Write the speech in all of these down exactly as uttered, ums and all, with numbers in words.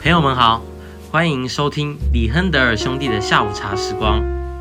朋友们好，欢迎收听李亨德尔兄弟的下午茶时光。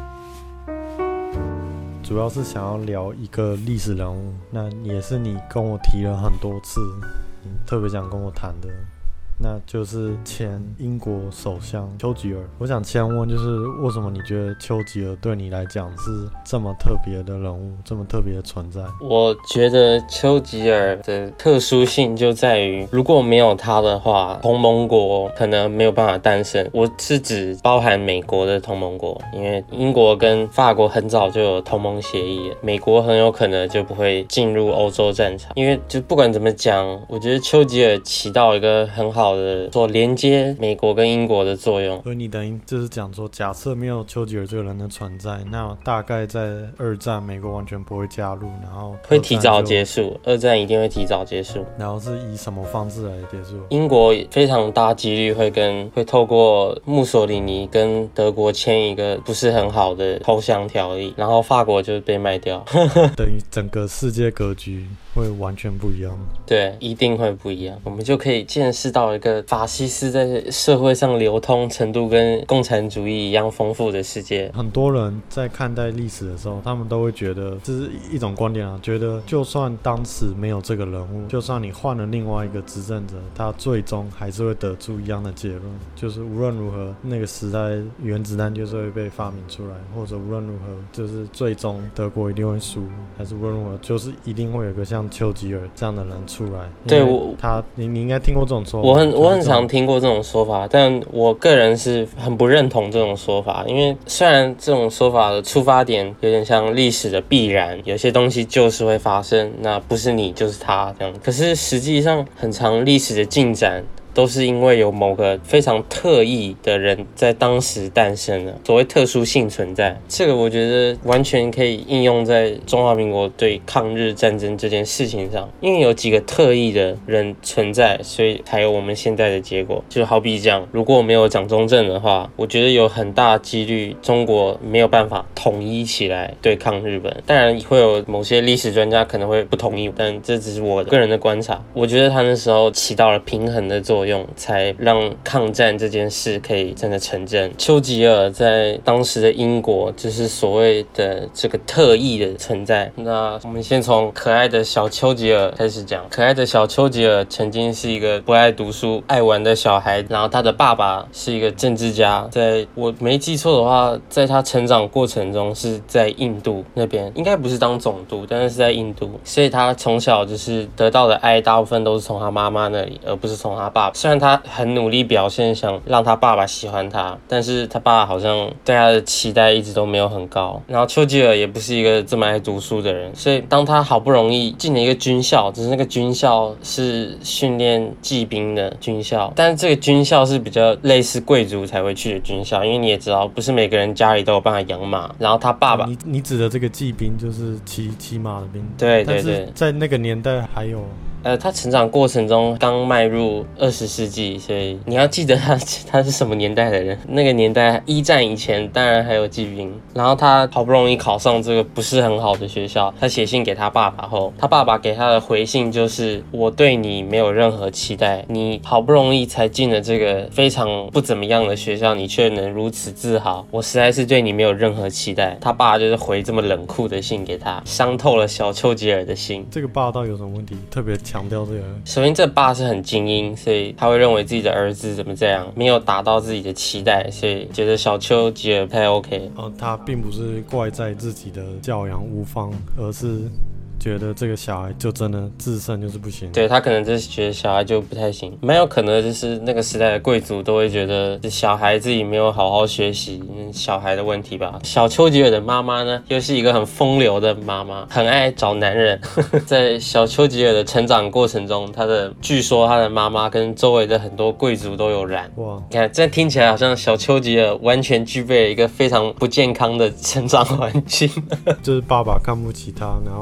主要是想要聊一个历史人物，那也是你跟我提了很多次，你特别想跟我谈的，那就是前英国首相丘吉尔。我想先问，就是为什么你觉得丘吉尔对你来讲是这么特别的人物，这么特别的存在？ 我觉得丘吉尔的特殊性就在于，如果没有他的话，同盟国可能没有办法诞生。我是指包含美国的同盟国，因为英国跟法国很早就有同盟协议了，美国很有可能就不会进入欧洲战场。因为就不管怎么讲，我觉得丘吉尔起到一个很好的做连接美国跟英国的作用。 所以你等于就是讲说，假设没有丘吉尔这个人的存在，那大概在二战美国完全不会加入，然后会提早结束，二战一定会提早结束。 然后是以什么方式来结束？ 英国非常大几率会跟会透过墨索里尼跟德国签一个不是很好的投降条例，然后法国就被卖掉。 等于整个世界格局会完全不一样。 对，一定会不一样。我们就可以见识到一个法西斯在社会上流通程度跟共产主义一样丰富的世界。 很多人在看待历史的时候，他们都会觉得，这是一种观点啊，觉得就算当时没有这个人物，就算你换了另外一个执政者，他最终还是会得出一样的结论，就是无论如何，那个时代原子弹就是会被发明出来，或者无论如何，就是最终德国一定会输，还是无论如何，就是一定会有个像丘吉尔这样的人出来。 对，我他，你你应该听过这种说法。 我很我很常听过这种说法，但我个人是很不认同这种说法，因为虽然这种说法的出发点有点像历史的必然，有些东西就是会发生，那不是你就是他这样，可是实际上很长历史的进展都是因为有某个非常特异的人在当时诞生了，所谓特殊性存在。这个我觉得完全可以应用在中华民国对抗日战争这件事情上，因为有几个特异的人存在，所以才有我们现在的结果。就好比讲，如果没有蒋中正的话，我觉得有很大几率中国没有办法统一起来对抗日本。当然会有某些历史专家可能会不同意，但这只是我个人的观察。我觉得他那时候起到了平衡的作用，才让抗战这件事可以真的成真。丘吉尔在当时的英国就是所谓的这个特异的存在。那我们先从可爱的小丘吉尔开始讲。可爱的小丘吉尔曾经是一个不爱读书爱玩的小孩，然后他的爸爸是一个政治家，在我没记错的话，在他成长过程中是在印度那边，应该不是当总督，但是是在印度，所以他从小就是得到的爱大部分都是从他妈妈那里，而不是从他爸爸。虽然他很努力表现想让他爸爸喜欢他，但是他爸好像对他的期待一直都没有很高。然后丘吉尔也不是一个这么爱读书的人，所以当他好不容易进了一个军校，只是那个军校是训练骑兵的军校，但是这个军校是比较类似贵族才会去的军校，因为你也知道不是每个人家里都有办法养马。然后他爸爸， 你你指的这个骑兵就是骑骑马的兵， 对对对， 但是在那个年代还有。 呃，他成长过程中刚迈入二十世纪，所以你要记得他他是什么年代的人。那个年代一战以前，当然还有骑兵。然后他好不容易考上这个不是很好的学校，他写信给他爸爸后，他爸爸给他的回信就是：我对你没有任何期待，你好不容易才进了这个非常不怎么样的学校，你却能如此自豪，我实在是对你没有任何期待。他爸就是回这么冷酷的信给他，伤透了小丘吉尔的心。 这个霸道有什么问题？特别强调这个。 首先，这爸是很精英，所以他会认为自己的儿子怎么这样，没有达到自己的期待，所以觉得小丘吉尔不太 OK。 哦，他并不是怪在自己的教养无方，而是觉得这个小孩就真的自身就是不行。 对，他可能就是觉得小孩就不太行，蛮有可能就是那个时代的贵族都会觉得小孩自己没有好好学习，小孩的问题吧。小丘吉尔的妈妈呢，又是一个很风流的妈妈，很爱找男人。在小丘吉尔的成长过程中，他的据说他的妈妈跟周围的很多贵族都有染。哇，你看这听起来好像小丘吉尔完全具备了一个非常不健康的成长环境。 就是爸爸看不起他，然后妈妈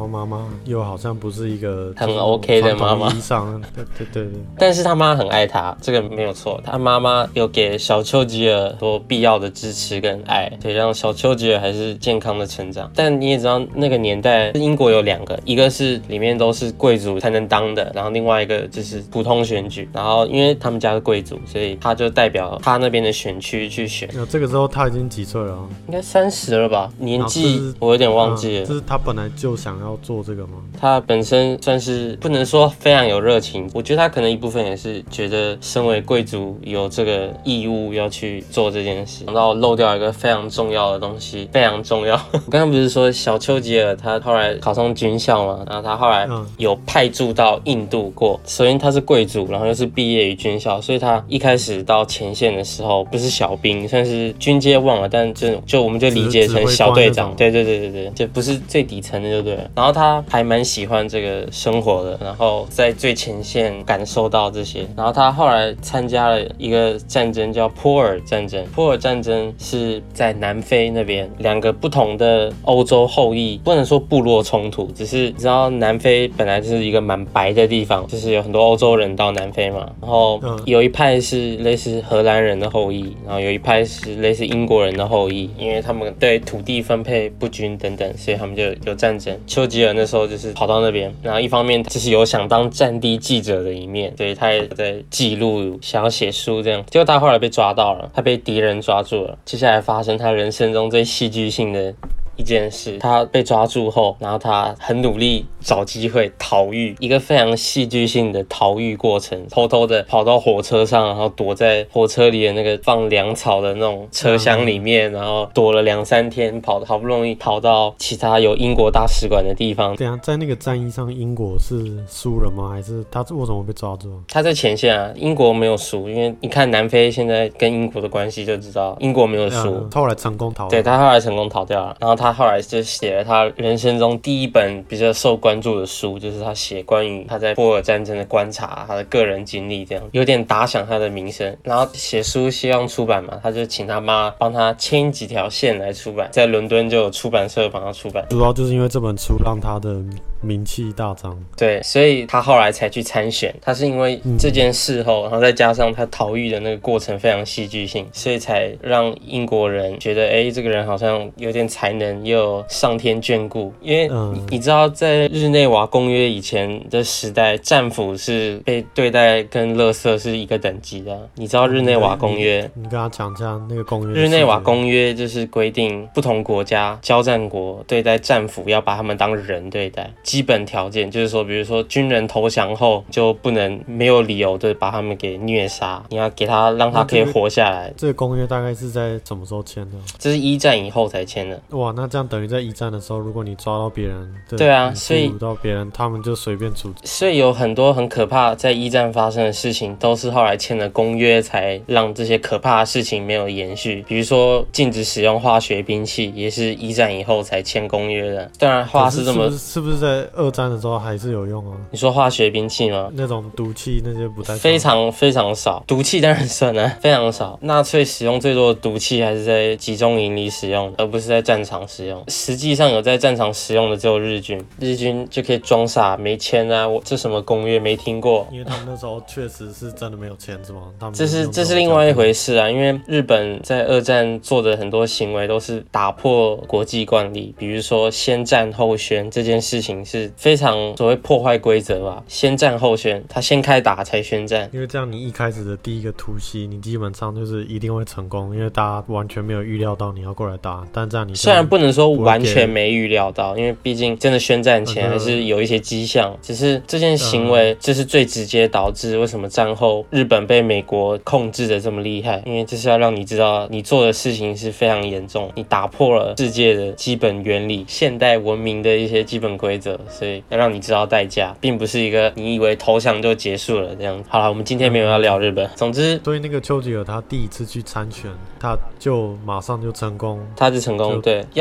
又好像不是一个很 OK 的妈妈意义上，对对对对。 但是他妈很爱他，这个没有错。他妈妈有给小丘吉尔多必要的支持跟爱，所以让小丘吉尔还是健康的成长。但你也知道，那个年代英国有两个，一个是里面都是贵族才能当的，然后另外一个就是普通选举。然后因为他们家是贵族，所以他就代表他那边的选区去选。 那这个时候他已经几岁了？ 应该三十了吧？年纪我有点忘记了。 这、嗯、是他本来就想要做这个吗？ 他本身算是不能说非常有热情，我觉得他可能一部分也是觉得身为贵族有这个义务要去做这件事。然后漏掉一个非常重要的东西，非常重要。我刚刚不是说小丘吉尔他后来考上军校嘛，然后他后来有派驻到印度过。首先他是贵族，然后又是毕业于军校，所以他一开始到前线的时候不是小兵，算是军阶忘了，但就就我们就理解成小队长。对对对对对，就不是最底层的就对了。然后他还蛮喜欢这个生活的，然后在最前线感受到这些。然后他后来参加了一个战争叫波尔战争，波尔战争是在南非那边两个不同的欧洲后裔，不能说部落冲突，只是你知道南非本来就是一个蛮白的地方，就是有很多欧洲人到南非嘛，然后有一派是类似荷兰人的后裔，然后有一派是类似英国人的后裔，因为他们对土地分配不均等等，所以他们就有战争。丘吉尔那时候就是跑到那边，然后一方面就是有想当战地记者的一面，所以他也在记录，想要写书这样。结果他后来被抓到了，他被敌人抓住了。接下来发生他人生中最戏剧性的一件事，他被抓住后，然后他很努力找机会逃狱，一个非常戏剧性的逃狱过程，偷偷的跑到火车上，然后躲在火车里的那个放粮草的那种车厢里面，然后躲了两三天，跑好不容易跑到其他有英国大使馆的地方。 对啊，在那个战役上，英国是输了吗？还是他为什么被抓住？ 他在前线啊，英国没有输，因为你看南非现在跟英国的关系就知道，英国没有输， 啊、后来成功逃了。 对，他后来成功逃掉了，然后他。他后来就写了他人生中第一本比较受关注的书，就是他写关于他在波尔战争的观察，他的个人经历，这样有点打响他的名声。然后写书希望出版嘛，他就请他妈帮他牵几条线来出版，在伦敦就有出版社帮他出版。 主要就是因为这本书让他的名气大涨。 对，所以他后来才去参选。他是因为这件事后，然后再加上他逃狱的那个过程非常戏剧性，所以才让英国人觉得，哎，这个人好像有点才能。也有上天眷顾，因为 你,、嗯、你知道在日内瓦公约以前的时代，战俘是被对待跟垃圾是一个等级的。你知道日内瓦公约？ 你, 你跟他讲一下那个公约。 日内瓦公约就是规定不同国家交战国对待战俘要把他们当人对待，基本条件就是说，比如说军人投降后就不能没有理由的把他们给虐杀，你要给他让他可以活下来。 这个公约大概是在什么时候签的？ 这是一战以后才签的。 哇，那这样等于在一战的时候，如果你抓到别人， 对啊，所以到别人，他们就随便处置。 所以有很多很可怕在一战发生的事情，都是后来签了公约才让这些可怕的事情没有延续。比如说禁止使用化学兵器，也是一战以后才签公约的。当然话是这么， 是不是, 是不是在二战的时候还是有用啊？ 你说化学兵器吗？ 那种毒气那些不太非常非常少，毒气当然算了，非常少。纳粹使用最多的毒气还是在集中营里使用，而不是在战场使用。实际上有在战场使用的只有日军，日军就可以装傻没签啊，我这什么公约没听过。 因为他们那时候确实是真的没有签，是吗？他们这是这是另外一回事啊，因为日本在二战做的很多行为都是打破国际惯例，比如说先战后宣这件事情是非常所谓破坏规则吧，先战后宣，他先开打才宣战。 因为这样你一开始的第一个突袭，你基本上就是一定会成功，因为大家完全没有预料到你要过来打，但这样你虽然不能说完全没预料到，因为毕竟真的宣战前还是有一些迹象，只是这件行为这是最直接导致为什么战后日本被美国控制的这么厉害，因为这是要让你知道你做的事情是非常严重，你打破了世界的基本原理，现代文明的一些基本规则，所以要让你知道代价，并不是一个你以为投降就结束了这样。好了，我们今天没有要聊日本，总之所以那个丘吉尔他第一次去参选，他就马上就成功， 他就成功，对，要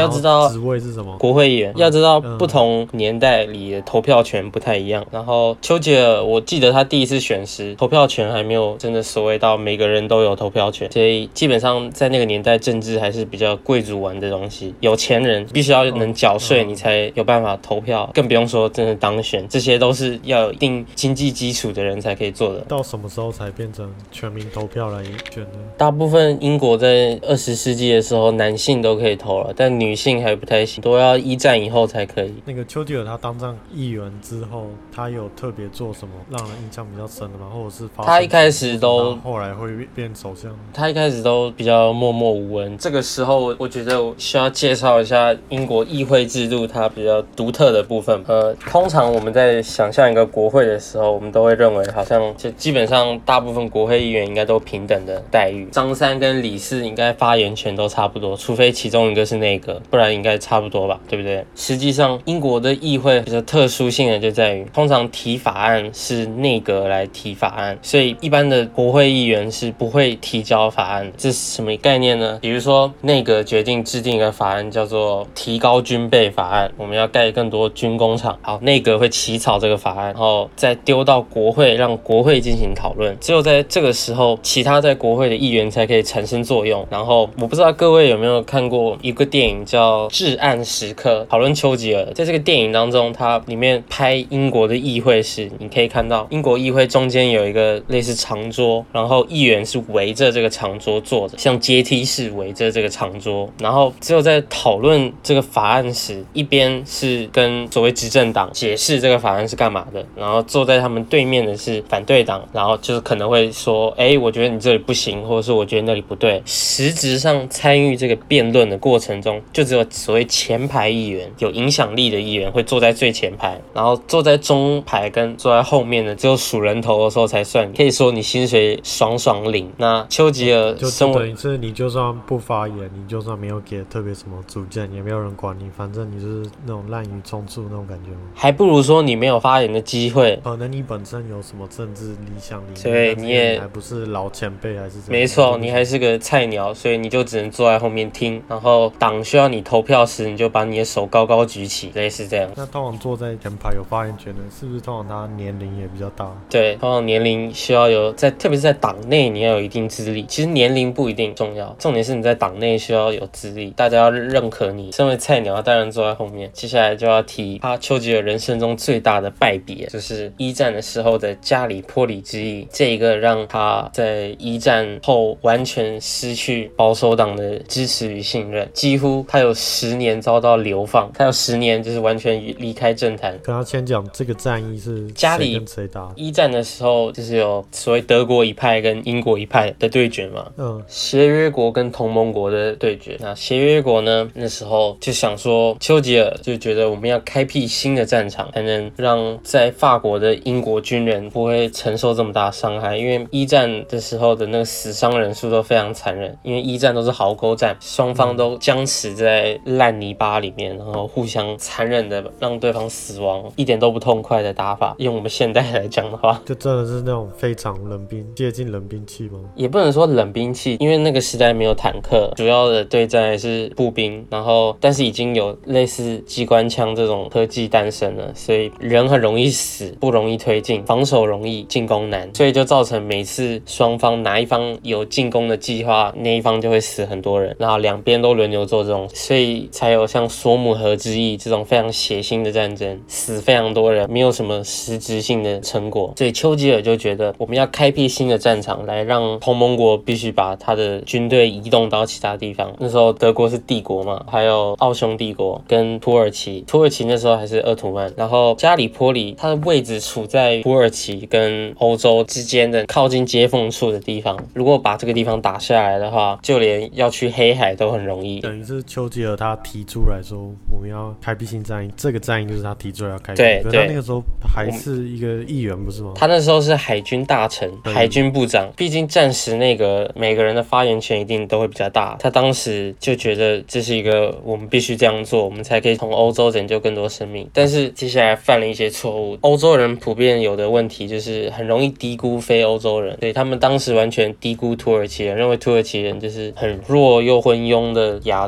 要知道职位是什么？ 国会议员，要知道不同年代里的投票权不太一样。然后丘吉尔，我记得他第一次选时，投票权还没有真的所谓到每个人都有投票权，所以基本上在那个年代，政治还是比较贵族玩的东西。有钱人必须要能缴税，你才有办法投票，更不用说真的当选，这些都是要有一定经济基础的人才可以做的。 到什么时候才变成全民投票来选的？ 大部分英国在二十世纪的时候，男性都可以投了，但女性还不太行，都要一战以后才可以。 那个丘吉尔他当上议员之后，他有特别做什么让人印象比较深的吗？或者是发他一开始都后来会变首相？ 他一开始都比较默默无闻。这个时候，我觉得我需要介绍一下英国议会制度它比较独特的部分。呃，通常我们在想象一个国会的时候，我们都会认为好像就基本上大部分国会议员应该都平等的待遇，张三跟李四应该发言权都差不多，除非其中一个是内阁，不然应该差不多吧，对不对？实际上，英国的议会比较特殊性的就在于，通常提法案是内阁来提法案，所以一般的国会议员是不会提交法案的。这是什么概念呢？比如说内阁决定制定一个法案，叫做提高军备法案，我们要盖更多军工厂。好，内阁会起草这个法案，然后再丢到国会，让国会进行讨论。只有在这个时候，其他在国会的议员才可以产生作用。然后我不知道各位有没有看过一个电影叫《至暗时刻》，讨论丘吉尔。在这个电影当中，它里面拍英国的议会时，你可以看到英国议会中间有一个类似长桌，然后议员是围着这个长桌坐着，像阶梯式围着这个长桌。然后只有在讨论这个法案时，一边是跟所谓执政党解释这个法案是干嘛的，然后坐在他们对面的是反对党，然后就是可能会说，哎，我觉得你这里不行，或者是我觉得那里不对。实质上参与这个辩论的过程中，就只有所谓前排议员，有影响力的议员会坐在最前排，然后坐在中排跟坐在后面的只有数人头的时候才算，可以说你薪水爽爽领。那丘吉尔就等于是你就算不发言，你就算没有给特别什么主见，也没有人管你，反正你就是那种滥竽充数那种感觉吗？ 还不如说你没有发言的机会。 可能你本身有什么政治理想理念， 对，你也还不是老前辈还是怎样？ 没错，你还是个菜鸟，所以你就只能坐在后面听，然后党需要你投票时，你就把你的手高高举起，类似这样。 那通常坐在前排有发言权的，是不是通常他年龄也比较大？ 对，通常年龄需要有在，特别是在党内你要有一定资历。其实年龄不一定重要，重点是你在党内需要有资历，大家要认可你。身为菜鸟，当然坐在后面。接下来就要提他丘吉尔人生中最大的败笔，就是一战的时候的加里波里之役，这一个让他在一战后完全失去保守党的支持与信任，几乎他有十年遭到流放，他有十年就是完全离开政坛。 跟他先讲这个战役是谁跟谁打？ 一战的时候就是有所谓德国一派跟英国一派的对决嘛，嗯，协约国跟同盟国的对决。那协约国呢，那时候就想说，丘吉尔就觉得我们要开辟新的战场，才能让在法国的英国军人不会承受这么大伤害，因为一战的时候的那个死伤人数都非常残忍，因为一战都是壕沟战，双方都僵持在烂泥巴里面，然后互相残忍的让对方死亡，一点都不痛快的打法。用我们现代来讲的话， 就真的是那种非常冷兵，接近冷兵器吗？ 也不能说冷兵器，因为那个时代没有坦克，主要的对战还是步兵，然后但是已经有类似机关枪这种科技诞生了，所以人很容易死，不容易推进，防守容易，进攻难，所以就造成每次双方哪一方有进攻的计划，那一方就会死很多人，然后两边都轮流做这种，所以才有像索姆河之役这种非常血腥的战争，死非常多人，没有什么实质性的成果。所以丘吉尔就觉得我们要开辟新的战场，来让同盟国必须把他的军队移动到其他地方。那时候德国是帝国嘛，还有奥匈帝国跟土耳其，土耳其那时候还是鄂图曼，然后加里波里它的位置处在土耳其跟欧洲之间的靠近接缝处的地方，如果把这个地方打下来的话，就连要去黑海都很容易。 等于是丘吉尔他提出来说我们要开辟新战役，这个战役就是他提出来要开辟。 对， 可是他那个时候还是一个议员不是吗？ 他那时候是海军大臣、海军部长，毕竟战时那个每个人的发言权一定都会比较大。他当时就觉得这是一个我们必须这样做，我们才可以从欧洲拯救更多生命。但是接下来犯了一些错误，欧洲人普遍有的问题就是很容易低估非欧洲人，所以他们当时完全低估土耳其人，认为土耳其人就是很弱又昏庸的亚洲人，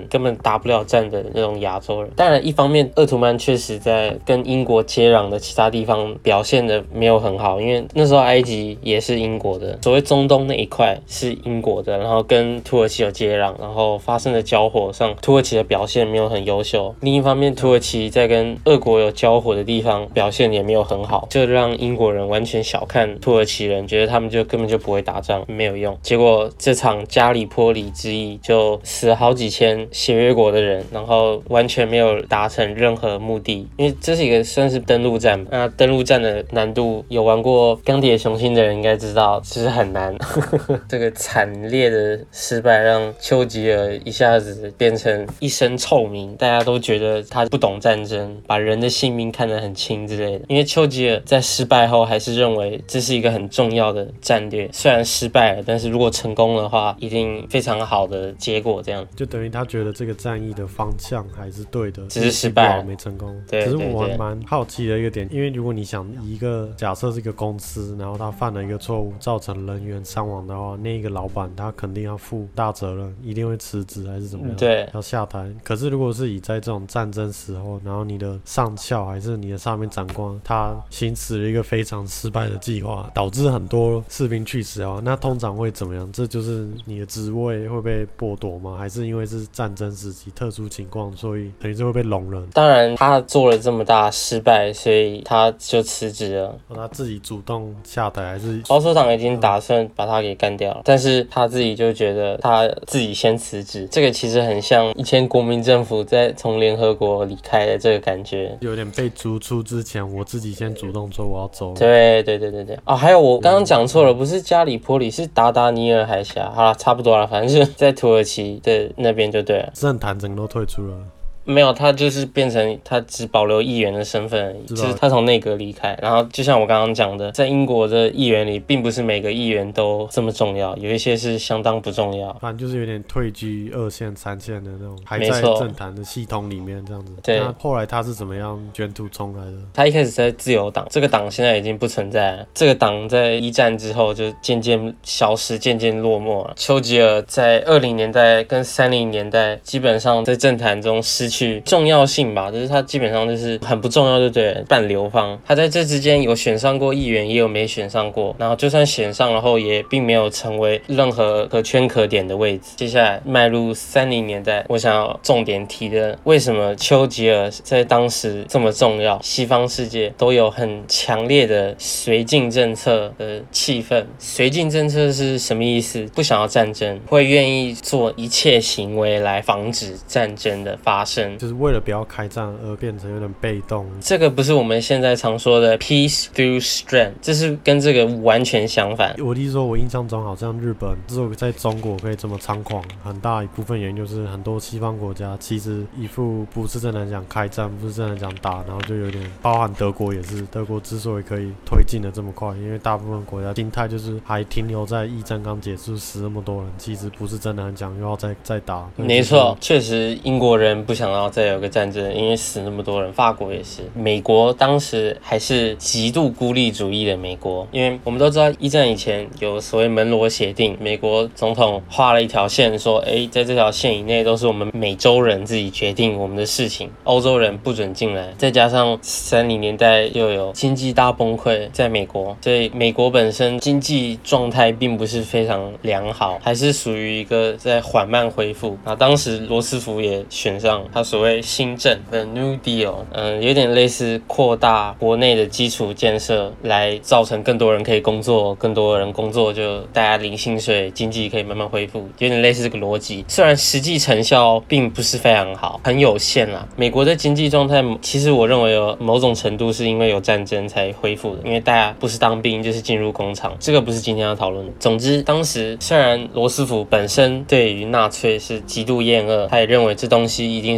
根本打不了战的那种亚洲人。当然，一方面鄂图曼确实在跟英国接壤的其他地方表现的没有很好，因为那时候埃及也是英国的，所谓中东那一块是英国的，然后跟土耳其有接壤，然后发生的交火上，土耳其的表现没有很优秀。另一方面，土耳其在跟俄国有交火的地方表现也没有很好，就让英国人完全小看土耳其人，觉得他们就根本就不会打仗，没有用。结果这场加里波里之役就死了好几千协约国的人，然后完全没有达成任何目的，因为这是一个算是登陆战嘛。那登陆战的难度，有玩过钢铁雄心的人应该知道，其实很难。这个惨烈的失败让丘吉尔一下子变成一身臭名，大家都觉得他不懂战争，把人的性命看得很轻之类的。因为丘吉尔在失败后还是认为这是一个很重要的战略，虽然失败了，但是如果成功的话，一定非常好的结果。这样就等于他觉得这个战役的方向还是对的， 只是失败了， 没成功。 对， 只是我还蛮好奇的一个点，因为如果你想一个假设是一个公司，然后他犯了一个错误，造成人员伤亡的话，那个老板他肯定要负大责任，一定会辞职还是怎么样？ 对， 要下台。可是如果是以在这种战争时候，然后你的上校还是你的上面长官，他行使了一个非常失败的计划，导致很多士兵去世啊，那通常会怎么样？这就是你的职位会被剥夺吗？还是因为是战争时期特殊情况，所以等于是会被容忍？ 当然，他做了这么大失败，所以他就辞职了。 哦，他自己主动下台还是？ 保守党已经打算把他给干掉了，但是他自己就觉得他自己先辞职。这个其实很像以前国民政府在从联合国离开的这个感觉， 有点被逐出之前，我自己先主动说我要走。 对对对对对。哦，还有我刚刚讲错了，不是加里波里，是达达尼尔海峡。好了，差不多了，反正是在土耳其的那边就对了。 政坛整个都退出了。 没有，他就是变成他只保留议员的身份而已，就是他从内阁离开。然后就像我刚刚讲的，在英国的议员里，并不是每个议员都这么重要，有一些是相当不重要。 反正就是有点退居二线、三线的那种，还在政坛的系统里面这样子。 对。 那后来他是怎么样卷土重来的？ 他一开始在自由党，这个党现在已经不存在了。这个党在一战之后就渐渐消失，渐渐落寞了。丘吉尔在二零年代跟三零年代，基本上在政坛中失去去重要性吧，就是他基本上就是很不重要，就对了，半流芳。他在这之间有选上过议员，也有没选上过，然后就算选上了后，也并没有成为任何可圈可点的位置。接下来迈入三零年代，我想要重点提的，为什么丘吉尔在当时这么重要？西方世界都有很强烈的绥靖政策的气氛。绥靖政策是什么意思？不想要战争，会愿意做一切行为来防止战争的发生。 就是为了不要开战而变成有点被动。 这个不是我们现在常说的 peace through strength， 这是跟这个完全相反。 我弟说，我印象中好像日本之所以在中国可以这么猖狂，很大一部分原因就是很多西方国家其实一副不是真的想开战，不是真的想打，然后就有点，包含德国也是，德国之所以可以推进的这么快，因为大部分国家心态就是还停留在一战刚结束死那么多人，其实不是真的很想又要再再打。 没错，确实英国人不想要再有个战争，因为死那么多人。法国也是，美国当时还是极度孤立主义的美国，因为我们都知道一战以前有所谓门罗协定，美国总统画了一条线说，哎，在这条线以内都是我们美洲人自己决定我们的事情，欧洲人不准进来。再加上三零年代又有经济大崩溃在美国，所以美国本身经济状态并不是非常良好，还是属于一个在缓慢恢复。那当时罗斯福也选上他所谓新政的 New Deal， 嗯，有点类似扩大国内的基础建设，来造成更多人可以工作，更多人工作就大家领薪水，经济可以慢慢恢复，有点类似这个逻辑。虽然实际成效并不是非常好，很有限啦。美国的经济状态，其实我认为有某种程度是因为有战争才恢复的，因为大家不是当兵就是进入工厂，这个不是今天要讨论的。总之，当时虽然罗斯福本身对于纳粹是极度厌恶，他也认为这东西一定是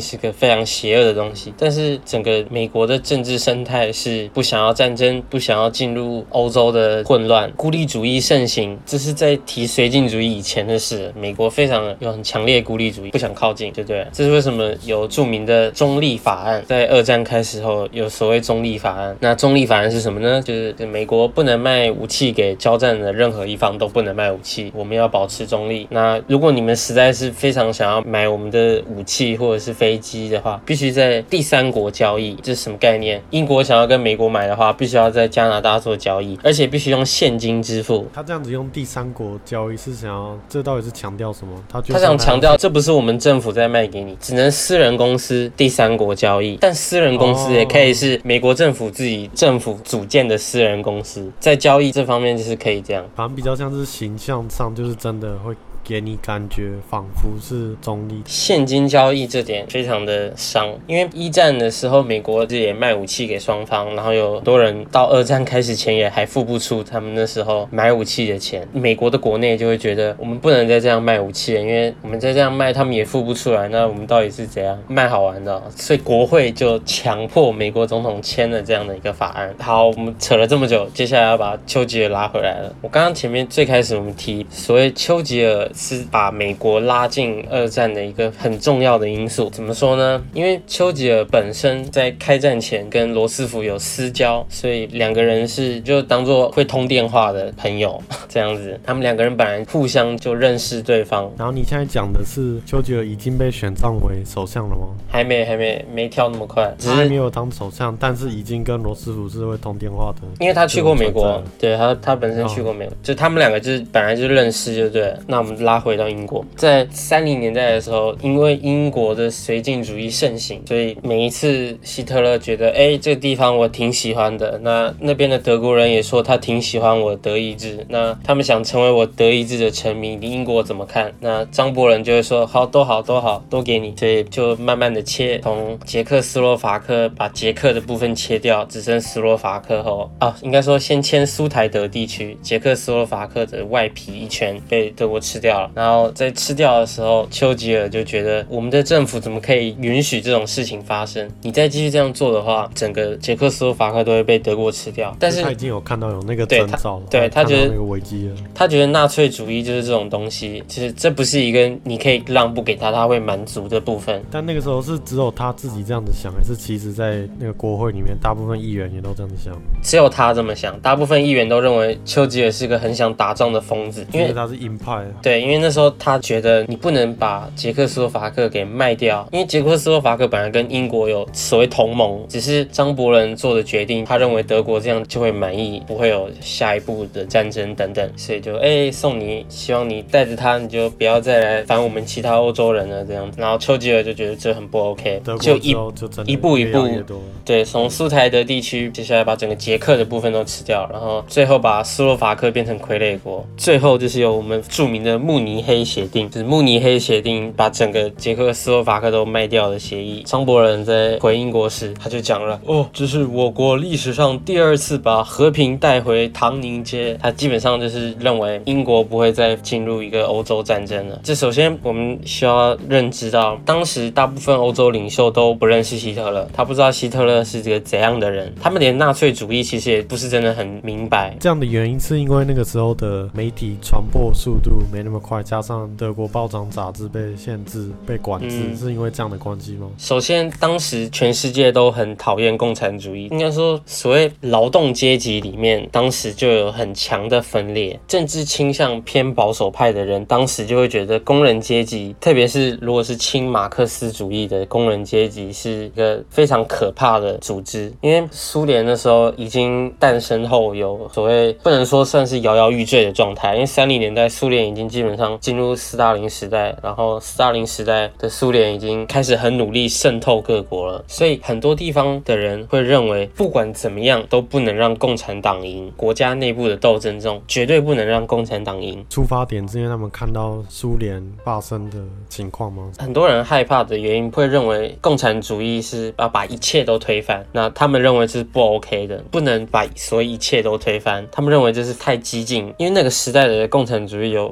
是个非常邪恶的东西。但是整个美国的政治生态是不想要战争，不想要进入欧洲的混乱，孤立主义盛行，这是在提绥靖主义以前的事。美国非常有很强烈的孤立主义，不想靠近，对不对？这是为什么有著名的中立法案，在二战开始后有所谓中立法案。那中立法案是什么呢？就是美国不能卖武器给交战的任何一方，都不能卖武器，我们要保持中立。那如果你们实在是非常想要买我们的武器或者是飞机的话，必须在第三国交易。这是什么概念？英国想要跟美国买的话，必须要在加拿大做交易，而且必须用现金支付。 他这样子用第三国交易是想要，这到底是强调什么？他他想强调，这不是我们政府在卖给你，只能私人公司第三国交易。但私人公司也可以是美国政府自己政府组建的私人公司，在交易这方面就是可以这样。 反正比较像是形象上，就是真的会给你感觉仿佛是中立。 现金交易这点非常的伤，因为一战的时候美国也卖武器给双方，然后有很多人到二战开始前也还付不出他们那时候买武器的钱。美国的国内就会觉得我们不能再这样卖武器了，因为我们再这样卖他们也付不出来，那我们到底是怎样卖好玩的、哦？所以国会就强迫美国总统签了这样的一个法案。好，我们扯了这么久，接下来要把丘吉尔拉回来了。我刚刚前面最开始我们提所谓丘吉尔是把美国拉进二战的一个很重要的因素。怎么说呢？因为丘吉尔本身在开战前跟罗斯福有私交，所以两个人是就当作会通电话的朋友这样子。他们两个人本来互相就认识对方。 然后你现在讲的是丘吉尔已经被选上为首相了吗？ 还没，还没，没跳那么快， 只是还没有当首相，但是已经跟罗斯福是会通电话的。 因为他去过美国，对他他本身去过美国，哦、就他们两个就是本来就认识，就对了。那我们拉回到英国，在三零年代的时候，因为英国的绥靖主义盛行，所以每一次希特勒觉得，哎，这个地方我挺喜欢的，那那边的德国人也说他挺喜欢我的德意志，那他们想成为我德意志的臣民，你英国怎么看？那张伯伦就会说，好，都好，都好，都给你。所以就慢慢的切，从捷克斯洛伐克把捷克的部分切掉，只剩斯洛伐克后，啊，应该说先迁苏台德地区，捷克斯洛伐克的外皮一圈被德国吃掉了，然后在吃掉的时候，丘吉尔就觉得我们的政府怎么可以允许这种事情发生？你再继续这样做的话，整个捷克斯洛伐克都会被德国吃掉。但是他已经有看到有那个征兆了， 对 他, 他觉得那个危机了， 他觉得纳粹主义就是这种东西，其实这不是一个你可以让步给他，他会满足的部分。 但那个时候是只有他自己这样子想，还是其实在那个国会里面，大部分议员也都这样子想？ 只有他这么想，大部分议员都认为丘吉尔是个很想打仗的疯子， 因为他是鹰派。 对，因为那时候他觉得你不能把捷克斯洛伐克给卖掉，因为捷克斯洛伐克本来跟英国有所谓同盟，只是张伯伦做的决定，他认为德国这样就会满意，不会有下一步的战争等等，所以就哎、欸、送你，希望你带着他，你就不要再来烦我们其他欧洲人了这样子。然后丘吉尔就觉得这很不 OK， 就一就一步一步，对，从苏台德地区接下来把整个捷克的部分都吃掉，然后最后把斯洛伐克变成傀儡国，最后就是有我们著名的慕尼黑协定，就是慕尼黑协定把整个捷克斯洛伐克都卖掉的协议。张伯伦在回英国时，他就讲了，哦，这是我国历史上第二次把和平带回唐宁街。他基本上就是认为英国不会再进入一个欧洲战争了。这首先我们需要认知到，当时大部分欧洲领袖都不认识希特勒，他不知道希特勒是这个怎样的人，他们连纳粹主义其实也不是真的很明白。 这样的原因是因为那个时候的媒体传播速度没那么快，加上德国报章杂志被限制、被管制、嗯，是因为这样的关系吗？ 首先，当时全世界都很讨厌共产主义，应该说，所谓劳动阶级里面，当时就有很强的分裂，政治倾向偏保守派的人，当时就会觉得工人阶级，特别是如果是亲马克思主义的工人阶级，是一个非常可怕的组织。因为苏联那时候已经诞生后，有所谓不能说算是摇摇欲坠的状态，因为三零年代苏联已经基本上进入斯大林时代，然后斯大林时代的苏联已经开始很努力渗透各国了，所以很多地方的人会认为，不管怎么样都不能让共产党赢，国家内部的斗争中绝对不能让共产党赢。 出发点是因为他们看到苏联发生的情况吗？ 很多人害怕的原因会认为共产主义是要把一切都推翻，那他们认为这是不 OK 的，不能把所有一切都推翻，他们认为这是太激进，因为那个时代的共产主义有比较明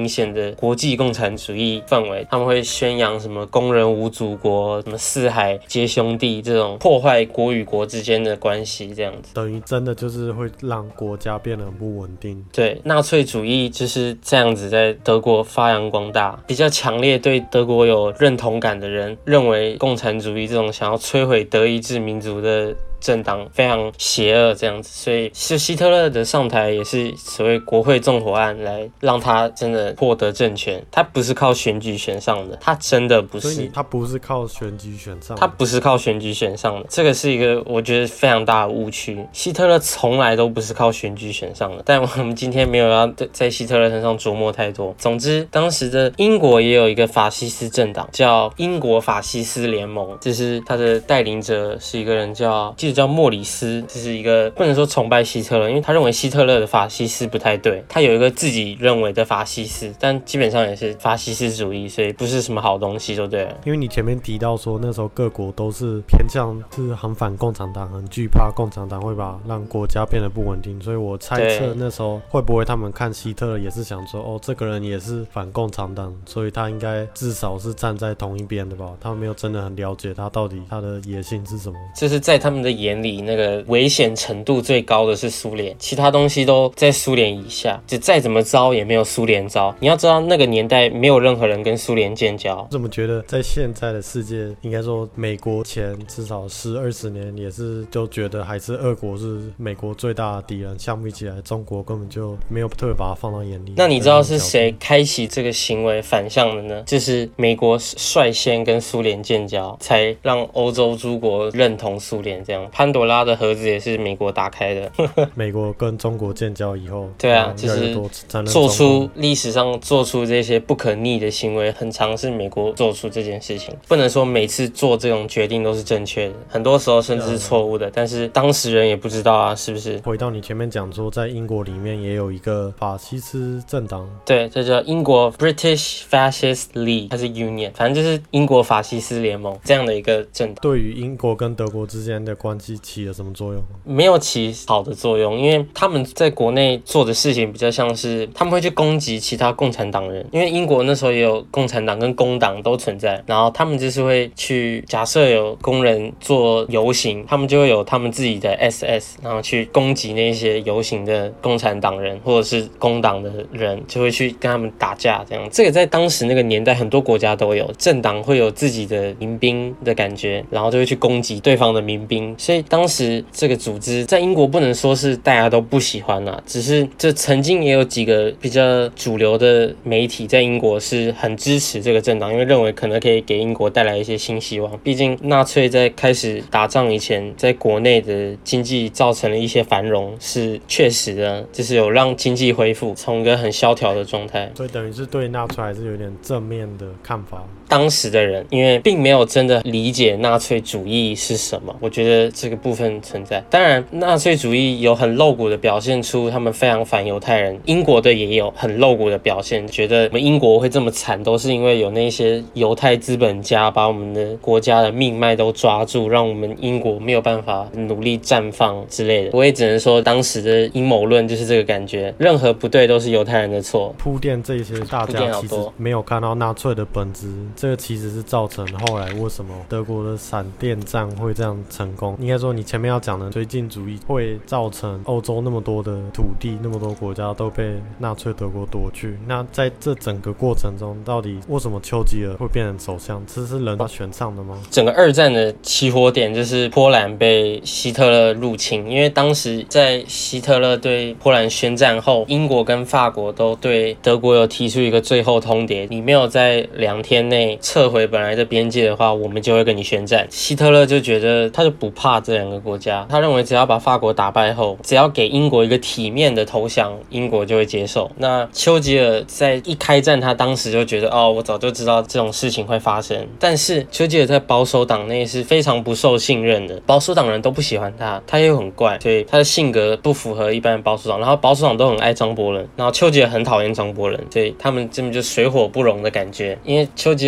明显的国际共产主义氛围，他们会宣扬什么工人无祖国，什么四海皆兄弟，这种破坏国与国之间的关系，这样子等于真的就是会让国家变得很不稳定。 对，纳粹主义就是这样子在德国发扬光大，比较强烈对德国有认同感的人认为共产主义这种想要摧毁德意志民族的政党非常邪恶这样子，所以是希特勒的上台也是所谓国会纵火案来让他真的获得政权，他不是靠选举选上的，他真的不是， 所以他不是靠选举选上的， 他不是靠选举选上的，这个是一个我觉得非常大的误区。希特勒从来都不是靠选举选上的，但我们今天没有要在希特勒身上琢磨太多。总之，当时的英国也有一个法西斯政党叫英国法西斯联盟，就是他的带领者是一个人叫记得叫莫里斯，这是一个不能说崇拜希特勒，因为他认为希特勒的法西斯不太对，他有一个自己认为的法西斯，但基本上也是法西斯主义，所以不是什么好东西就对了。 因为你前面提到说那时候各国都是偏向是很反共产党，很惧怕共产党会把让国家变得不稳定，所以我猜测那时候会不会他们看希特勒也是想说，哦，这个人也是反共产党，所以他应该至少是站在同一边的吧？他们没有真的很了解他到底他的野心是什么。 就是在他们的眼里，那个危险程度最高的是苏联，其他东西都在苏联以下，就再怎么糟也没有苏联糟。你要知道那个年代没有任何人跟苏联建交。 我怎么觉得在现在的世界，应该说美国前至少十二十年也是就觉得还是俄国是美国最大的敌人，相比起来中国根本就没有特别把它放到眼里。 那你知道是谁开启这个行为反向的呢？就是美国率先跟苏联建交，才让欧洲诸国认同苏联，这样潘多拉的盒子也是美国打开的。 美国跟中国建交以后， 对啊，就是做出历史上做出这些不可逆的行为，很常是美国做出这件事情。不能说每次做这种决定都是正确的，很多时候甚至是错误的，但是当事人也不知道啊，是不是？ 回到你前面讲说，在英国里面也有一个法西斯政党， 对，这叫英国 British Fascist League， 它是 Union， 反正就是英国法西斯联盟这样的一个政党。 对于英国跟德国之间的关系起了什么作用？ 没有起好的作用，因为他们在国内做的事情比较像是他们会去攻击其他共产党人，因为英国那时候也有共产党跟工党都存在，然后他们就是会去假设有工人做游行，他们就会有他们自己的 S S， 然后去攻击那些游行的共产党人或者是工党的人，就会去跟他们打架这样。这个在当时那个年代很多国家都有，政党会有自己的民兵的感觉，然后就会去攻击对方的民兵，所以当时这个组织在英国不能说是大家都不喜欢啦，只是这曾经也有几个比较主流的媒体在英国是很支持这个政党，因为认为可能可以给英国带来一些新希望。毕竟纳粹在开始打仗以前，在国内的经济造成了一些繁荣，是确实的，就是有让经济恢复，从一个很萧条的状态。 所以等于是对纳粹还是有点正面的看法。 当时的人因为并没有真的理解纳粹主义是什么，我觉得这个部分存在。当然纳粹主义有很露骨的表现出他们非常反犹太人，英国的也有很露骨的表现，觉得我们英国会这么惨都是因为有那些犹太资本家把我们的国家的命脉都抓住，让我们英国没有办法努力绽放之类的。我也只能说当时的阴谋论就是这个感觉，任何不对都是犹太人的错。 铺垫这些大家其实没有看到纳粹的本质，这个其实是造成后来为什么德国的闪电战会这样成功。应该说你前面要讲的推进主义会造成欧洲那么多的土地，那么多国家都被纳粹德国夺去。那在这整个过程中，到底为什么丘吉尔会变成首相？这是人他选上的吗？ 整个二战的起火点就是波兰被希特勒入侵，因为当时在希特勒对波兰宣战后，英国跟法国都对德国有提出一个最后通牒，你没有在两天内撤回本来的边界的话，我们就会跟你宣战。希特勒就觉得他就不怕这两个国家，他认为只要把法国打败后，只要给英国一个体面的投降，英国就会接受。那丘吉尔在一开战，他当时就觉得哦，我早就知道这种事情会发生。但是丘吉尔在保守党内是非常不受信任的，保守党人都不喜欢他，他又很怪，所以他的性格不符合一般的保守党。然后保守党都很爱张伯伦，然后丘吉尔很讨厌张伯伦，所以他们根本就水火不容的感觉。因为丘吉尔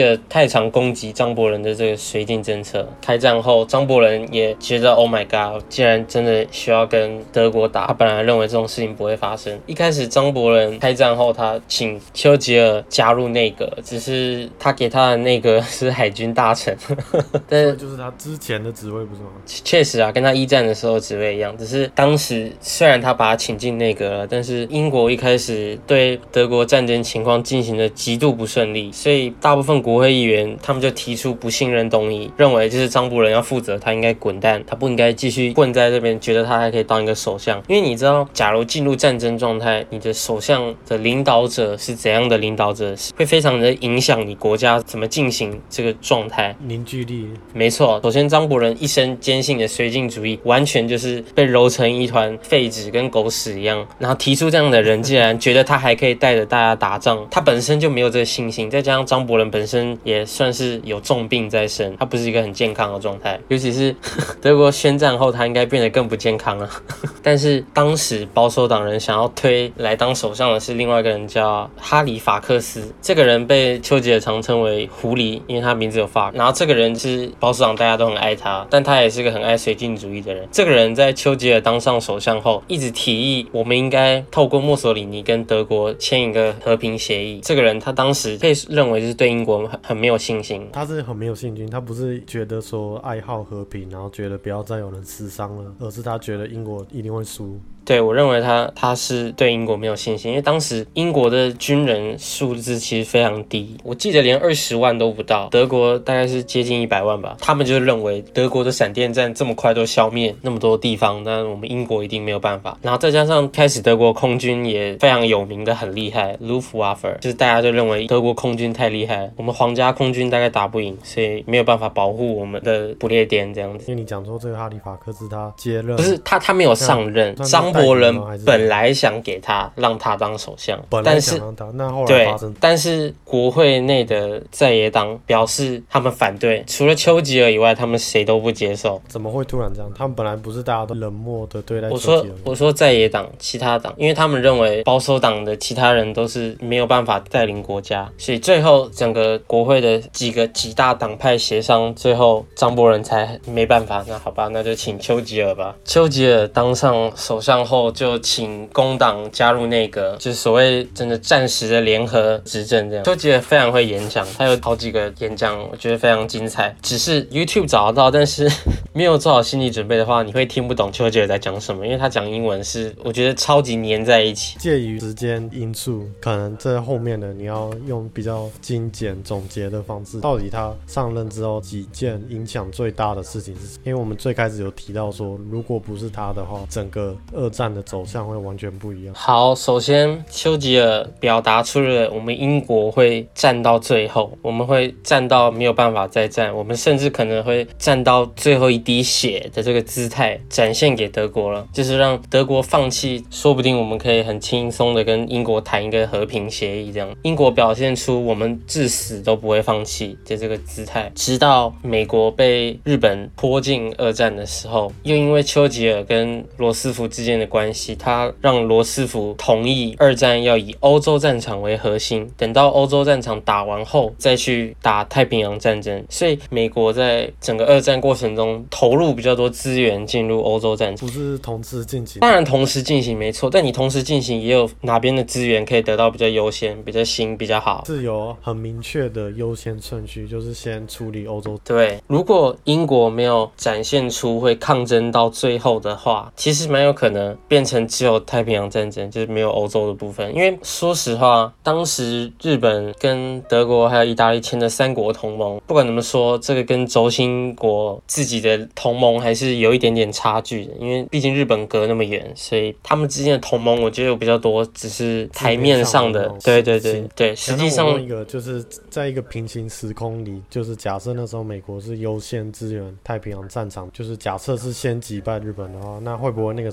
了太常攻击张伯伦的这个绥靖政策。开战后，张伯伦也觉得 Oh my God， 既然真的需要跟德国打，他本来认为这种事情不会发生。一开始张伯伦开战后，他请丘吉尔加入内阁，只是他给他的内阁是海军大臣，但是就是他之前的职位不是吗？ 确实啊，跟他一战的时候职位一样，只是当时虽然他把他请进内阁了，但是英国一开始对德国战争情况进行的极度不顺利，所以大部分国会议员他们就提出不信任动议，认为就是张伯伦要负责，他应该滚蛋，他不应该继续混在这边，觉得他还可以当一个首相。因为你知道，假如进入战争状态，你的首相的领导者是怎样的领导者，会非常的影响你国家怎么进行这个状态。 凝聚力。 没错，首先张伯伦一生坚信的绥靖主义，完全就是被揉成一团废纸跟狗屎一样。然后提出这样的人，竟然觉得他还可以带着大家打仗，他本身就没有这个信心。再加上张伯伦本身也算是有重病在身，他不是一个很健康的状态。尤其是德国宣战后，他应该变得更不健康了。但是当时保守党人想要推来当首相的是另外一个人，叫哈里法克斯。这个人被丘吉尔常称为狐狸，因为他名字有法。然后这个人是保守党大家都很爱他，但他也是个很爱绥靖主义的人。这个人在丘吉尔当上首相后，一直提议我们应该透过墨索里尼跟德国签一个和平协议。这个人他当时被认为是对英国很很没有信心， 他是很没有信心，他不是觉得说爱好和平，然后觉得不要再有人死伤了，而是他觉得英国一定会输。 对，我认为他他是对英国没有信心，因为当时英国的军人数字其实非常低，我记得连二十万都不到，德国大概是接近一百万吧。他们就认为德国的闪电战这么快都消灭那么多地方，那我们英国一定没有办法。然后再加上开始德国空军也非常有名的很厉害 Luftwaffe， 就是大家就认为德国空军太厉害，我们皇家空军大概打不赢，所以没有办法保护我们的不列颠这样子。 因为你讲说这个哈里法克斯他接任， 不是他他没有上任，张伯伦本来想给他让他当首相， 本来想让他，那后来发生， 但是国会内的在野党表示他们反对，除了丘吉尔以外，他们谁都不接受。 怎么会突然这样？他们本来不是大家都冷漠的对待丘吉尔？我说我说在野党其他党，因为他们认为保守党的其他人都是没有办法带领国家，所以最后整个国会的几个几大党派协商，最后张伯伦才没办法，那好吧，那就请丘吉尔吧。丘吉尔当上首相后，就请工党加入内阁，就是所谓真的暂时的联合执政这样。丘吉尔非常会演讲，他有好几个演讲，我觉得非常精彩。只是 YouTube 找得到，但是没有做好心理准备的话，你会听不懂丘吉尔在讲什么，因为他讲英文是我觉得超级黏在一起。 介于时间因素，可能这后面的你要用比较精简总结的方式，到底他上任之后几件影响最大的事情是什么？因为我们最开始有提到说，如果不是他的话，整个二战的走向会完全不一样。 好，首先丘吉尔表达出了我们英国会战到最后，我们会战到没有办法再战，我们甚至可能会战到最后一滴血的这个姿态展现给德国了，就是让德国放弃，说不定我们可以很轻松的跟英国谈一个和平协议这样。英国表现出我们至死都不会放弃的这个姿态，直到美国被日本拖进二战的时候，又因为丘吉尔跟罗斯福之间的关系，他让罗斯福同意二战要以欧洲战场为核心，等到欧洲战场打完后再去打太平洋战争。所以美国在整个二战过程中投入比较多资源进入欧洲战场， 不是同时进行， 当然同时进行没错，但你同时进行也有哪边的资源可以得到比较优先、比较新、比较好， 是有很明确的优先顺序，就是先处理欧洲。 对，如果英国没有展现出会抗争到最后的话，其实蛮有可能变成只有太平洋战争，就是没有欧洲的部分。因为说实话，当时日本跟德国还有意大利签的三国同盟，不管怎么说，这个跟轴心国自己的同盟还是有一点点差距的。因为毕竟日本隔那么远，所以他们之间的同盟，我觉得有比较多只是台面上的。对对对对，实际上我问一个就是在一个平行时空里，就是假设那时候美国是优先支援太平洋战场，就是假设是先击败日本的话，那会不会那个时候已经来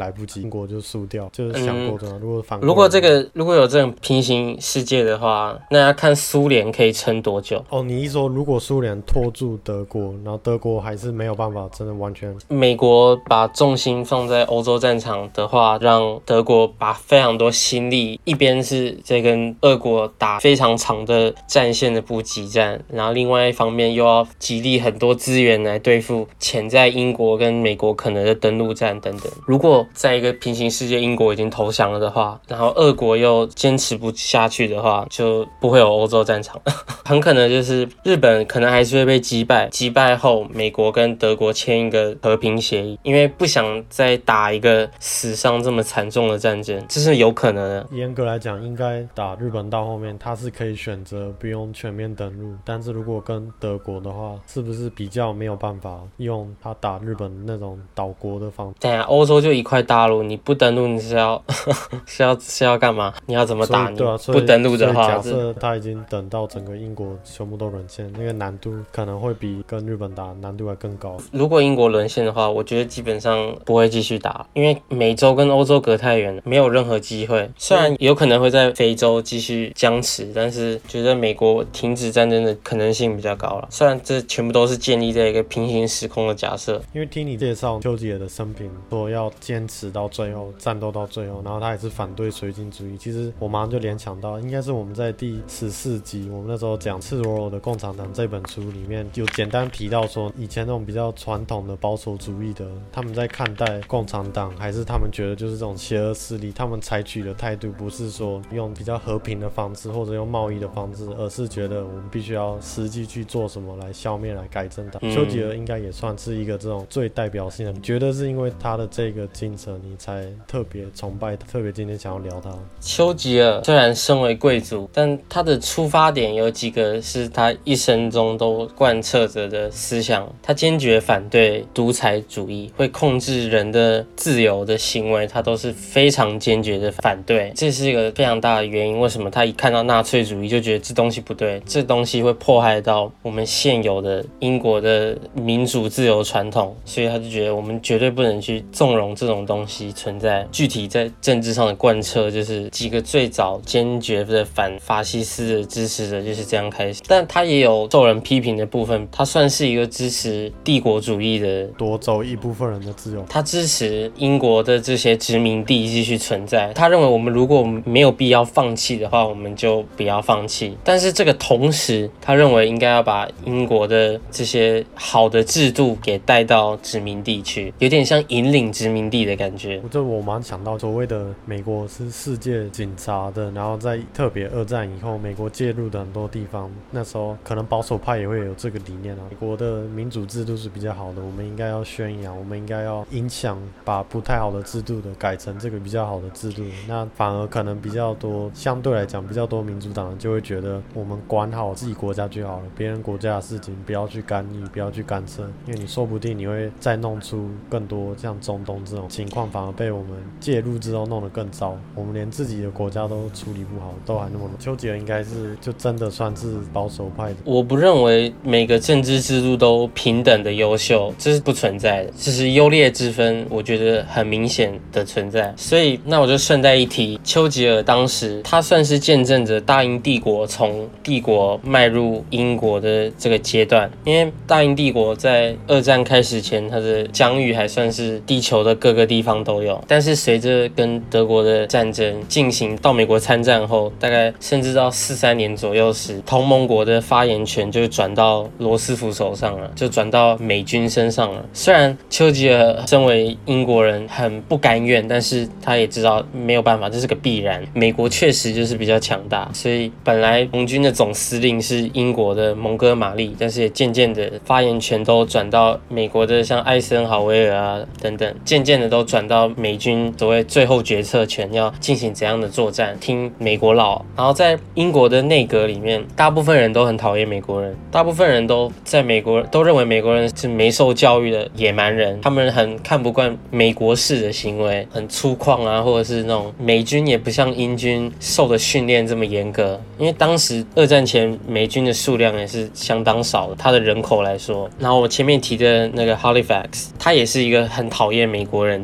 来不及，英国就输掉，就是想过的、嗯。如果反如果这个如果有这种平行世界的话，那要看苏联可以撑多久。 哦，你一说如果苏联拖住德国，然后德国还是没有办法真的完全， 美国把重心放在欧洲战场的话，让德国把非常多心力，一边是在跟俄国打非常长的战线的补给战，然后另外一方面又要极力很多资源来对付潜在英国跟美国可能的登陆战等等。如果在一个平行世界英国已经投降了的话，然后俄国又坚持不下去的话，就不会有欧洲战场很可能就是日本可能还是会被击败，击败后美国跟德国签一个和平协议，因为不想再打一个死伤这么惨重的战争，这是有可能的。 严格来讲应该打日本到后面他是可以选择不用全面登陆，但是如果跟德国的话，是不是比较没有办法用他打日本那种岛国的方式？ 对啊，欧洲就一块大陆，你不登陆你是要是要是要干嘛？你要怎么打？ 对啊， 你不登陆的话， 假设他已经等到整个英国全部都沦陷，那个难度可能会比跟日本打难度还更高。 如果英国沦陷的话，我觉得基本上不会继续打，因为美洲跟欧洲隔太远了，没有任何机会。虽然有可能会在非洲继续僵持，但是觉得美国停止战争的可能性比较高了。虽然这全部都是建立在一个平行时空的假设。 因为听你介绍丘吉尔的生平，说要坚持到最后，战斗到最后，然后他也是反对绥靖主义。其实我马上就联想到，应该是我们在第十四集，我们那时候讲《赤裸裸的共产党》这本书里面，有简单提到说，以前那种比较传统的保守主义的，他们在看待共产党，还是他们觉得就是这种邪恶势力，他们采取的态度不是说用比较和平的方式，或者用贸易的方式，而是觉得我们必须要实际去做什么来消灭、来改正它。丘吉尔应该也算是一个这种最代表性的，你觉得是因为他的这个精神，你才特别崇拜他，特别今天想要聊他？ 丘吉尔虽然身为贵族，但他的出发点有几个是他一生中都贯彻着的思想。他坚决反对独裁主义，会控制人的自由的行为，他都是非常坚决的反对。这是一个非常大的原因，为什么他一看到纳粹主义就觉得这东西不对，这东西会迫害到我们现有的英国的民主自由传统，所以他就觉得我们绝对不能去纵容这种东西存在。具体在政治上的贯彻，就是几个最早坚决的反法西斯的支持者就是这样开始。但他也有受人批评的部分，他算是一个支持帝国主义的， 夺走一部分人的自由。 他支持英国的这些殖民地继续存在，他认为我们如果没有必要放弃的话，我们就不要放弃。但是这个同时，他认为应该要把英国的这些好的制度给带到殖民地去，有点像引领殖民地的感觉。 这我蛮想到所谓的美国是世界警察的，然后在特别二战以后，美国介入的很多地方，那时候可能保守派也会有这个理念啊。美国的民主制度是比较好的，我们应该要宣扬，我们应该要影响，把不太好的制度的改成这个比较好的制度。那反而可能比较多，相对来讲比较多民主党人就会觉得，我们管好自己国家就好了，别人国家的事情不要去干预，不要去干涉，因为你说不定你会再弄出更多像中东这种情况，反而被我们介入之后弄得更糟，我们连自己的国家都处理不好，都还那么。丘吉尔应该是就真的算是保守派的。 我不认为每个政治制度都平等的优秀，这是不存在的，这是优劣之分，我觉得很明显的存在。所以那我就顺带一提，丘吉尔当时他算是见证着大英帝国从帝国迈入英国的这个阶段，因为大英帝国在二战开始前，它的疆域还算是地球的各个地方都有，但是随着跟德国的战争进行到美国参战后，大概甚至到四三年左右时，同盟国的发言权就转到罗斯福手上了，就转到美军身上了。虽然丘吉尔身为英国人很不甘愿，但是他也知道没有办法，这是个必然。美国确实就是比较强大，所以本来盟军的总司令是英国的蒙哥马利，但是也渐渐的发言权都转到美国的像艾森豪威尔啊等等，渐渐的都转到美军所谓最后决策权，要进行怎样的作战，听美国佬。然后在英国的内阁里面，大部分人都很讨厌美国人，大部分人都在美国都认为美国人是没受教育的野蛮人，他们很看不惯美国式的行为，很粗犷啊，或者是那种美军也不像英军受的训练这么严格，因为当时二战前美军的数量也是相当少的，他的人口来说。然后我前面提的那个 Halifax， 他也是一个很讨厌美国人的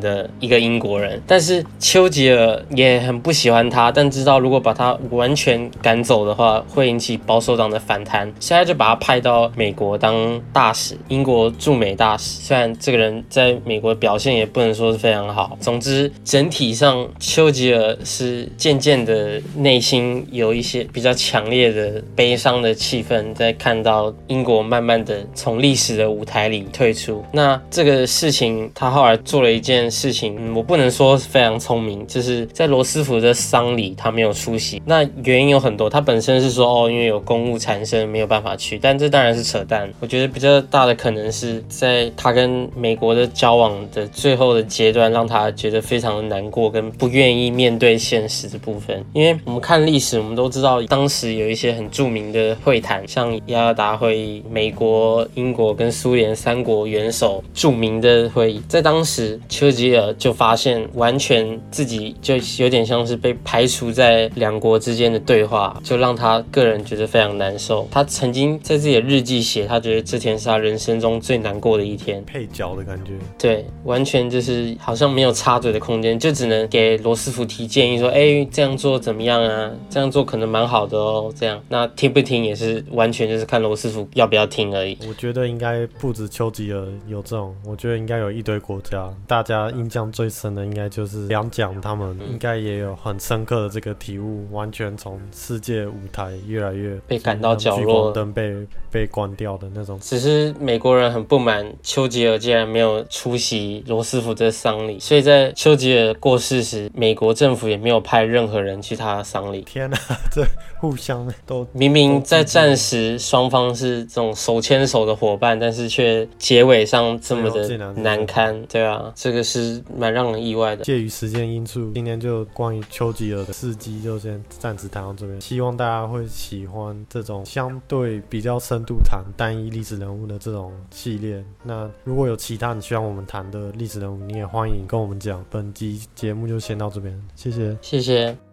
的一个英国人。但是丘吉尔也很不喜欢他，但知道如果把他完全赶走的话，会引起保守党的反弹，现在就把他派到美国当大使，英国驻美大使。虽然这个人在美国表现也不能说是非常好，总之整体上丘吉尔是渐渐的内心有一些比较强烈的悲伤的气氛，在看到英国慢慢的从历史的舞台里退出。那这个事情他后来做了一件事情，嗯、我不能说非常聪明，就是在罗斯福的丧礼他没有出席。那原因有很多，他本身是说哦因为有公务缠身没有办法去，但这当然是扯淡。我觉得比较大的可能是在他跟美国的交往的最后的阶段，让他觉得非常的难过跟不愿意面对现实的部分。因为我们看历史，我们都知道当时有一些很著名的会谈，像雅尔达会议，美国、英国跟苏联三国元首著名的会议，在当时丘吉尔就发现完全自己就有点像是被排除在两国之间的对话，就让他个人觉得非常难受。他曾经在自己的日记写，他觉得这天是他人生中最难过的一天， 配角的感觉。 对，完全就是好像没有插嘴的空间，就只能给罗斯福提建议说，哎，这样做怎么样啊？这样做可能蛮好的哦。这样，那听不听也是完全就是看罗斯福要不要听而已。 我觉得应该不止丘吉尔有这种，我觉得应该有一堆国家，大家印象最深的应该就是两蒋，他们应该也有很深刻的这个体悟，完全从世界舞台越来越被赶到角落， 聚光灯被被关掉的那种。 只是美国人很不满丘吉尔竟然没有出席罗斯福的丧礼，所以在丘吉尔过世时，美国政府也没有派任何人去他的丧礼。 天哪，这互相都明明在战时双方是这种手牵手的伙伴，但是却结尾上这么的难堪。对啊，这个是蛮让人意外的。 介于时间因素，今天就关于丘吉尔的事迹就先暂时谈到这边，希望大家会喜欢这种相对比较深度谈单一历史人物的这种系列。那如果有其他你希望我们谈的历史人物，你也欢迎跟我们讲。本集节目就先到这边，谢谢， 谢谢。